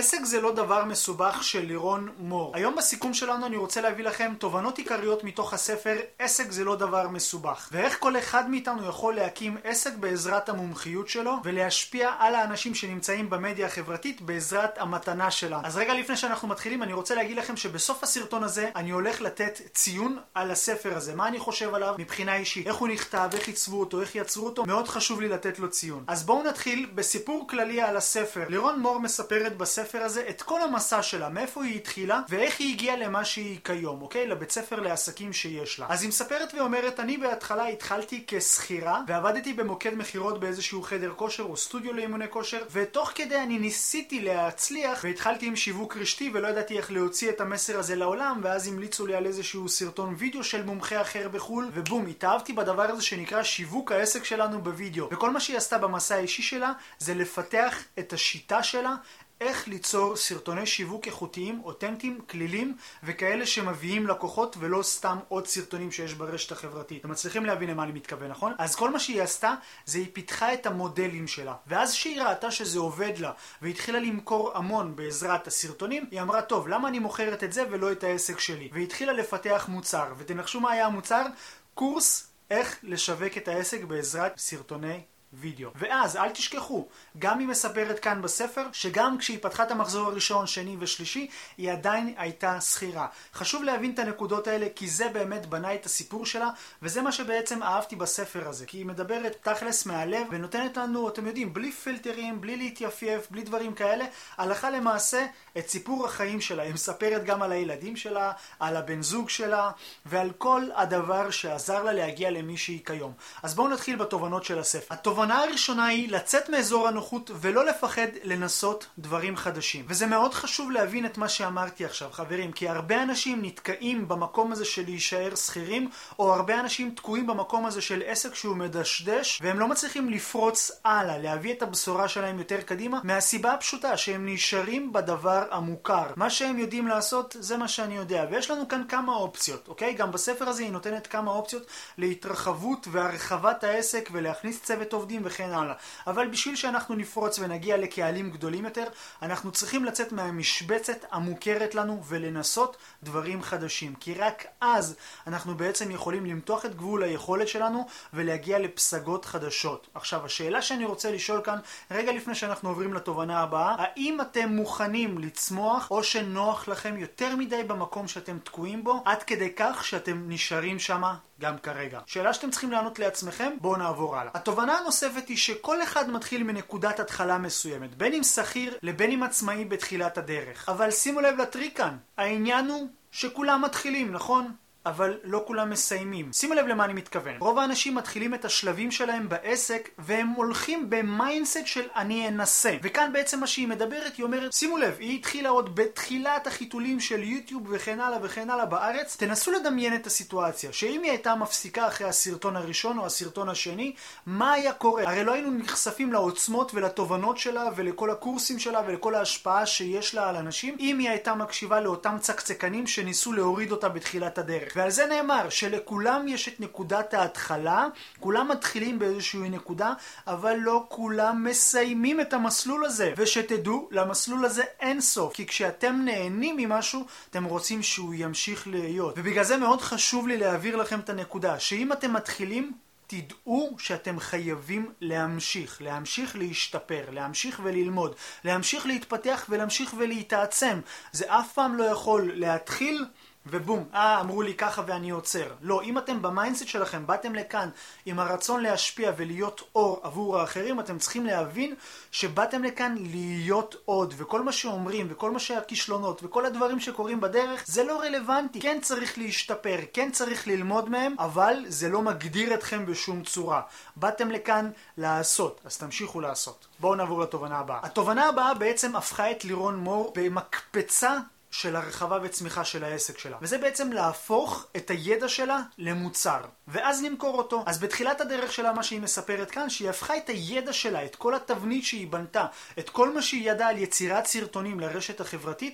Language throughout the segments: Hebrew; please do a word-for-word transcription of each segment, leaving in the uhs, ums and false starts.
עסק זה לא דבר מסובך של לירון מור. היום בסיכום שלנו אני רוצה להביא לכם תובנות עיקריות מתוך הספר עסק זה לא דבר מסובך, ואיך כל אחד מאיתנו יכול להקים עסק בעזרת המומחיות שלו ולהשפיע על האנשים שנמצאים במדיה החברתית בעזרת המתנה שלה. אז רגע לפני שאנחנו מתחילים אני רוצה להגיד לכם שבסוף הסרטון הזה אני הולך לתת ציון על הספר הזה, מה אני חושב עליו מבחינה אישית, איך הוא נכתב, איך יצבו אותו, איך יצרו אותו. מאוד חשוב לי לתת לו ציון. אז בואו נתחיל בסיפור כללי על הספר. לירון מור מספרת בספר הזה את כל המסע שלה, מאיפה היא התחילה ואיך היא הגיעה למה שהיא כיום, אוקיי? לבית ספר לעסקים שיש לה. אז היא מספרת ואומרת, אני בהתחלה התחלתי כשכירה ועבדתי במוקד מחירות באיזשהו חדר כושר או סטודיו לאימוני כושר, ותוך כדי אני ניסיתי להצליח והתחלתי עם שיווק רשתי ולא ידעתי איך להוציא את המסר הזה לעולם, ואז המליצו לי על איזשהו סרטון וידאו של מומחה אחר בחול, ובום, התאהבתי בדבר הזה שנקרא שיווק העסק שלנו בווידאו. וכל מה שהיא עשתה במסע האישי שלה זה לפתח את השיטה שלה איך ליצור סרטוני שיווק איכותיים, אותנטיים, כלילים וכאלה שמביאים לקוחות ולא סתם עוד סרטונים שיש ברשת החברתית. אתם מצליחים להבין למה אני מתכוון, נכון? אז כל מה שהיא עשתה זה היא פיתחה את המודלים שלה, ואז שהיא ראתה שזה עובד לה והתחילה למכור המון בעזרת הסרטונים, היא אמרה, טוב, למה אני מוכרת את זה ולא את העסק שלי? והתחילה לפתח מוצר, ותנחשו מה היה המוצר? קורס איך לשווק את העסק בעזרת סרטוני וידאו. ואז אל תשכחו, גם היא מספרת כאן בספר שגם כשהיא פתחה את המחזור הראשון, שני ושלישי, היא עדיין הייתה שכירה. חשוב להבין את הנקודות האלה כי זה באמת בנה את הסיפור שלה, וזה מה שבעצם אהבתי בספר הזה, כי היא מדברת תכלס מהלב ונותנת לנו, אתם יודעים, בלי פילטרים, בלי להתייפייף, בלי דברים כאלה, הלכה למעשה את סיפור החיים שלה. היא מספרת גם על הילדים שלה, על הבן זוג שלה ועל כל הדבר שעזר לה להגיע למי שהיא כיום. אז בואו נתחיל בתובנות של הספר. התובנה הראשונה היא לצאת מאזור הנוחות ולא לפחד לנסות דברים חדשים. וזה מאוד חשוב להבין את מה שאמרתי עכשיו, חברים, כי הרבה אנשים נתקעים במקום הזה של להישאר שכירים, או הרבה אנשים תקועים במקום הזה של עסק שהוא מדשדש, והם לא מצליחים לפרוץ הלאה, להביא את הבשורה שלהם יותר קדימה, מהסיבה הפשוטה שהם נשארים בדבר המוכר. מה שהם יודעים לעשות זה מה שאני יודע, ויש לנו כאן כמה אופציות, אוקיי? גם בספר הזה היא נותנת כמה אופציות להתרחבות והרחבת העסק ולהכניס צוות עובדים וכן הלאה. אבל בשביל שאנחנו נפרוץ ונגיע לקהלים גדולים יותר, אנחנו צריכים לצאת מהמשבצת המוכרת לנו ולנסות דברים חדשים. כי רק אז אנחנו בעצם יכולים למתוח את גבול היכולת שלנו ולהגיע לפסגות חדשות. עכשיו, השאלה שאני רוצה לשאול כאן, רגע לפני שאנחנו עוברים לתובנה הבאה, האם אתם מוכנים לצמוח או שנוח לכם יותר מדי במקום שאתם תקועים בו, עד כדי כך שאתם נשארים שמה גם כרגע? שאלה שאתם צריכים לענות לעצמכם. בואו נעבור הלאה. התובנה הנוספת היא שכל אחד מתחיל מנקודת התחלה מסוימת, בין אם שכיר לבין אם עצמאי בתחילת הדרך. אבל שימו לב לטריק כאן, העניין הוא שכולם מתחילים, נכון? אבל לא כולם מסיימים. שימו לב למה אני מתכוון. רוב האנשים מתחילים את השלבים שלהם בעסק והם הולכים במיינדסט של אני אנסה. וכאן בעצם מה שהיא מדברת, היא אומרת, שימו לב, היא התחילה עוד בתחילת החיתולים של יוטיוב וכן הלאה וכן הלאה בארץ. תנסו לדמיין את הסיטואציה, שאם היא הייתה מפסיקה אחרי הסרטון הראשון או הסרטון השני, מה היה קורה? הרי לא היינו נחשפים לעוצמות ולתובנות שלה ולכל הקורסים שלה ולכל ההשפעה שיש לה על אנשים, אם היא הייתה מקשיבה לאותם צקצקנים שניסו להוריד אותה בתחילת הדרך. ועל זה נאמר שלכולם יש את נקודת ההתחלה, כולם מתחילים באיזושהי נקודה, אבל לא כולם מסיימים את המסלול הזה. ושתדעו, למסלול הזה אין סוף, כי כשאתם נהנים ממשהו, אתם רוצים שהוא ימשיך להיות. ובגלל זה מאוד חשוב לי להעביר לכם את הנקודה, שאם אתם מתחילים, תדעו שאתם חייבים להמשיך, להמשיך להשתפר, להמשיך וללמוד, להמשיך להתפתח ולהמשיך ולהתעצם. זה אף פעם לא יכול להתחיל ובום, אה, אמרו לי ככה ואני עוצר. לא, אם אתם במיינדסט שלכם באתם לכאן עם הרצון להשפיע ולהיות אור עבור האחרים, אתם צריכים להבין שבאתם לכאן להיות עוד, וכל מה שאומרים וכל מה שהכישלונות וכל הדברים שקורים בדרך זה לא רלוונטי. כן צריך להשתפר, כן צריך ללמוד מהם, אבל זה לא מגדיר אתכם בשום צורה. באתם לכאן לעשות, אז תמשיכו לעשות. בואו נעבור לתובנה הבאה. התובנה הבאה בעצם הפכה את לירון מור במקפצה של הרחבה וצמיחה של העסק שלה. וזה בעצם להפוך את הידע שלה למוצר, ואז למכור אותו. אז בתחילת הדרך שלה מה שהיא מספרת כאן, שהיא הפכה את הידע שלה, את כל התבנית שהיא בנתה, את כל מה שהיא ידעה על יצירת סרטונים לרשת החברתית,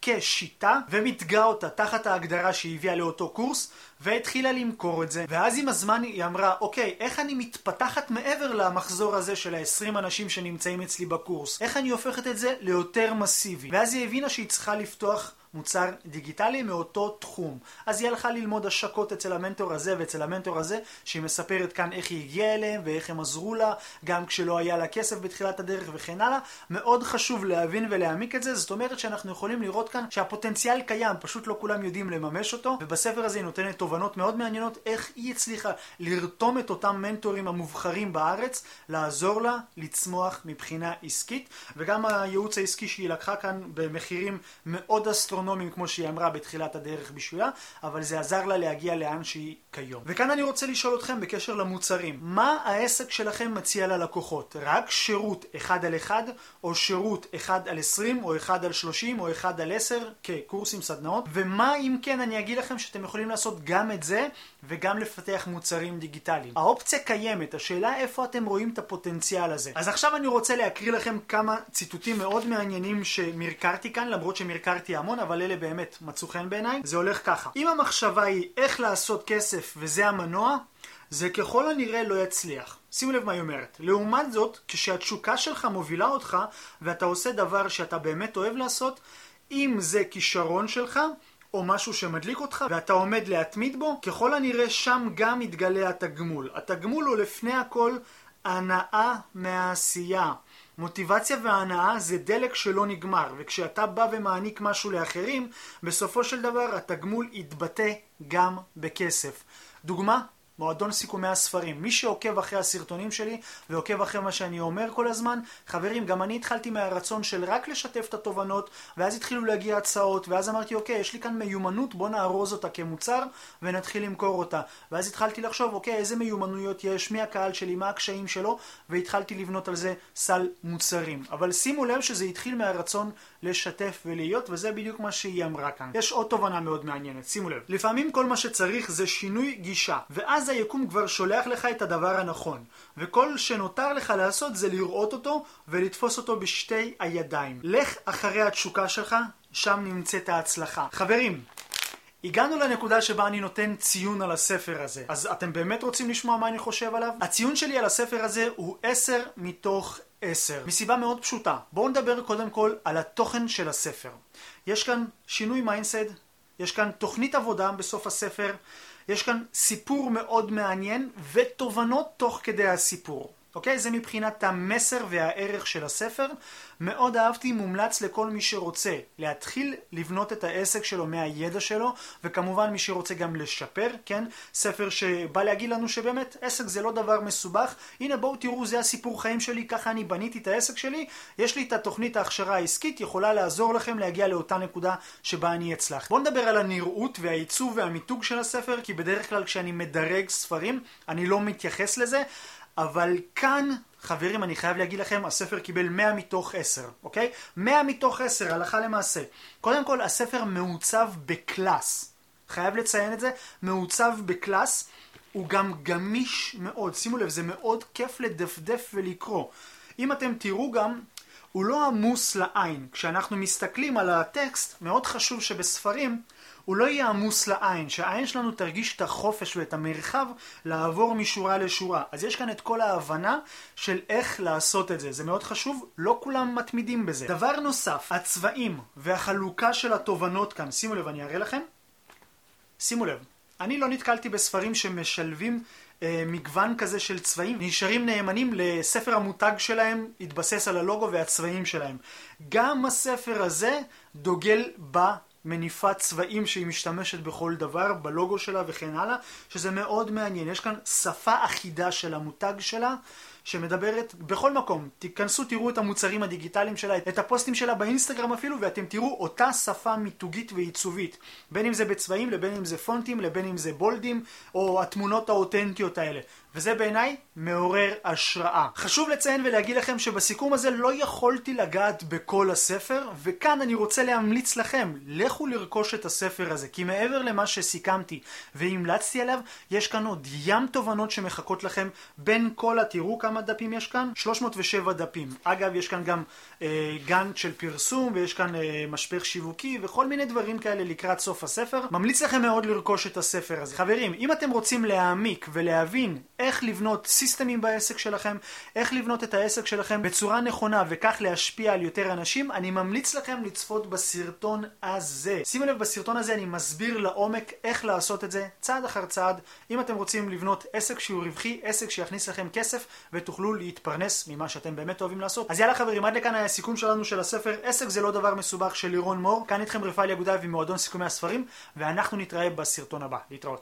כשיטה ומתגה אותה תחת ההגדרה שהיא הביאה לאותו קורס והתחילה למכור את זה. ואז עם הזמן היא אמרה, אוקיי, איך אני מתפתחת מעבר למחזור הזה של ה-עשרים אנשים שנמצאים אצלי בקורס? איך אני הופכת את זה ליותר מסיבי? ואז היא הבינה שהיא צריכה לפתוח מוצר דיגיטלי מאותו תחום. אז היא הלכה ללמוד השקות אצל המנטור הזה ואצל המנטור הזה, שהיא מספרת כאן איך היא הגיעה אליהם ואיך הם עזרו לה, גם כשלא היה לה כסף בתחילת הדרך וכן הלאה. מאוד חשוב להבין ולהעמיק את זה. זאת אומרת שאנחנו יכולים לראות כאן שהפוטנציאל קיים, פשוט לא כולם יודעים לממש אותו. ובספר הזה היא נותנת תובנות מאוד מעניינות איך היא הצליחה לרתום את אותם מנטורים המובחרים בארץ, לעזור לה לצמוח מבחינה עסקית. וגם הייעוץ העסקי שהיא לקחה כאן במחירים מאוד אסטרונומיים, כמו שהיא אמרה בתחילת הדרך בשבילה, אבל זה עזר לה להגיע לאן שהיא כיום. וכאן אני רוצה לשאול אתכם בקשר למוצרים. מה העסק שלכם מציע ללקוחות? רק שירות אחד על אחד, או שירות אחד על עשרים, או אחד על שלושים, או אחד על עשר, כקורסים סדנאות? ומה אם כן אני אגיד לכם שאתם יכולים לעשות גם את זה, וגם לפתח מוצרים דיגיטליים? האופציה קיימת, השאלה איפה אתם רואים את הפוטנציאל הזה. אז עכשיו אני רוצה להקריא לכם כמה ציטוטים מאוד מעניינים שמרקרתי כאן, למרות שמרקרתי המון, אבל אלה באמת מצאו חן בעיניי. זה הולך ככה: אם המחשבה היא איך לעשות כסף וזה המנוע, זה ככל הנראה לא יצליח. שימו לב מה היא אומרת. לעומת זאת, כשהתשוקה שלך מובילה אותך ואתה עושה דבר שאתה באמת אוהב לעשות, אם זה כישרון שלך או משהו שמדליק אותך ואתה עומד להתמיד בו, ככל הנראה שם גם יתגלה התגמול. התגמול הוא לפני הכל הנאה מהעשייה. מוטיבציה והנאה זה דלק שלא נגמר, וכשאתה בא ומעניק משהו לאחרים, בסופו של דבר התגמול יתבטא גם בכסף. דוגמה? מועדון סיכומי הספרים. מי שעוקב אחרי הסרטונים שלי ועוקב אחרי מה שאני אומר כל הזמן, חברים, גם אני התחלתי מהרצון של רק לשתף את התובנות, ואז התחילו להגיע הצעות, ואז אמרתי, אוקיי, יש לי כאן מיומנות, בוא נארוז אותה כמוצר ונתחיל למכור אותה. ואז התחלתי לחשוב, אוקיי, איזה מיומנויות יש, מי הקהל שלי, מה הקשיים שלו, והתחלתי לבנות על זה סל מוצרים. אבל שימו לב שזה התחיל מהרצון לשתף ולהיות, וזה בדיוק מה שהיא אמרה כאן. יש עוד תובנה מאוד מעניינת, שימו לב. לפעמים כל מה שצריך זה שינוי גישה, ואז היקום כבר שולח לך את הדבר הנכון, וכל שנותר לך לעשות זה לראות אותו ולתפוס אותו בשתי הידיים. לך אחרי התשוקה שלך, שם נמצאת ההצלחה. חברים, הגענו לנקודה שבה אני נותן ציון על הספר הזה. אז אתם באמת רוצים לשמוע מה אני חושב עליו? הציון שלי על הספר הזה הוא עשר מתוך עשר. מסיבה מאוד פשוטה. בואו נדבר קודם כל על התוכן של הספר. יש כאן שינוי מיינדסט, יש כאן תוכנית עבודה בסוף הספר, יש כאן סיפור מאוד מעניין ותובנות תוך כדי הסיפור. אוקיי? זה מבחינת המסר והערך של הספר. מאוד אהבתי, מומלץ לכל מי שרוצה להתחיל לבנות את העסק שלו מהידע שלו, וכמובן מי שרוצה גם לשפר, כן? ספר שבא להגיד לנו שבאמת עסק זה לא דבר מסובך. הנה בואו תראו, זה הסיפור חיים שלי, ככה אני בניתי את העסק שלי, יש לי את התוכנית ההכשרה העסקית, יכולה לעזור לכם להגיע לאותה נקודה שבה אני אצלח. בואו נדבר על הנראות והעיצוב והמיתוג של הספר, כי בדרך כלל כשאני מדרג ספרים אני לא מתייחס לזה, אבל כאן, חברים, אני חייב להגיד לכם, הספר קיבל מאה מתוך עשר, אוקיי? מאה מתוך עשר, הלכה למעשה. קודם כל, הספר מעוצב בקלאס. חייב לציין את זה, מעוצב בקלאס. הוא גם גמיש מאוד. שימו לב, זה מאוד כיף לדפדף ולקרוא. אם אתם תראו גם, הוא לא עמוס לעין. כשאנחנו מסתכלים על הטקסט, מאוד חשוב שבספרים, הוא לא יהיה עמוס לעין, שהעין שלנו תרגיש את החופש ואת המרחב לעבור משורה לשורה. אז יש כאן את כל ההבנה של איך לעשות את זה. זה מאוד חשוב, לא כולם מתמידים בזה. דבר נוסף, הצבעים והחלוקה של התובנות כאן. שימו לב, אני אראה לכם. שימו לב, אני לא נתקלתי בספרים שמשלבים אה, מגוון כזה של צבעים. נשארים נאמנים לספר המותג שלהם, התבסס על הלוגו והצבעים שלהם. גם הספר הזה דוגל בה מניפת צבעים שהיא משתמשת בכל דבר, בלוגו שלה וכן הלאה, שזה מאוד מעניין. יש כאן שפה אחידה של המותג שלה, שמדברת בכל מקום. תיכנסו, תראו את המוצרים הדיגיטליים שלה, את הפוסטים שלה באינסטגרם אפילו, ואתם תראו אותה שפה מיתוגית ועיצובית. בין אם זה בצבעים, לבין אם זה פונטים, לבין אם זה בולדים, או התמונות האותנטיות האלה. וזה בעיניי מעורר השראה. חשוב לציין ולהגיד לכם שבסיכום הזה לא יכולתי לגעת בכל הספר, וכאן אני רוצה להמליץ לכם, לכו לרכוש את הספר הזה, כי מעבר למה שסיכמתי והמלצתי עליו, יש כאן עוד ים תובנות שמחכות לכם בין כל, תראו כמה דפים יש כאן, שלוש מאות ושבע דפים. אגב, יש כאן גם אה, גאנט של פרסום, ויש כאן אה, משפך שיווקי וכל מיני דברים כאלה לקראת סוף הספר. ממליץ לכם מאוד לרכוש את הספר הזה. חברים, אם אתם רוצים להעמיק ולהבין איך לבנות סיסטמים בעסק שלכם, איך לבנות את העסק שלכם בצורה נכונה וכך להשפיע על יותר אנשים, אני ממליץ לכם לצפות בסרטון הזה. שימו לב, בסרטון הזה אני מסביר לעומק איך לעשות את זה צעד אחר צעד, אם אתם רוצים לבנות עסק שהוא רווחי, עסק שיכניס לכם כסף ותוכלו להתפרנס ממה שאתם באמת אוהבים לעשות. אז יאללה חברים, עד לכאן היה הסיכום שלנו של הספר עסק זה לא דבר מסובך של לירון מור. כאן איתכם רפאל יגודאי ממועדון סיכומי הספרים, ואנחנו נתראה בסרטון הבא. להתראות.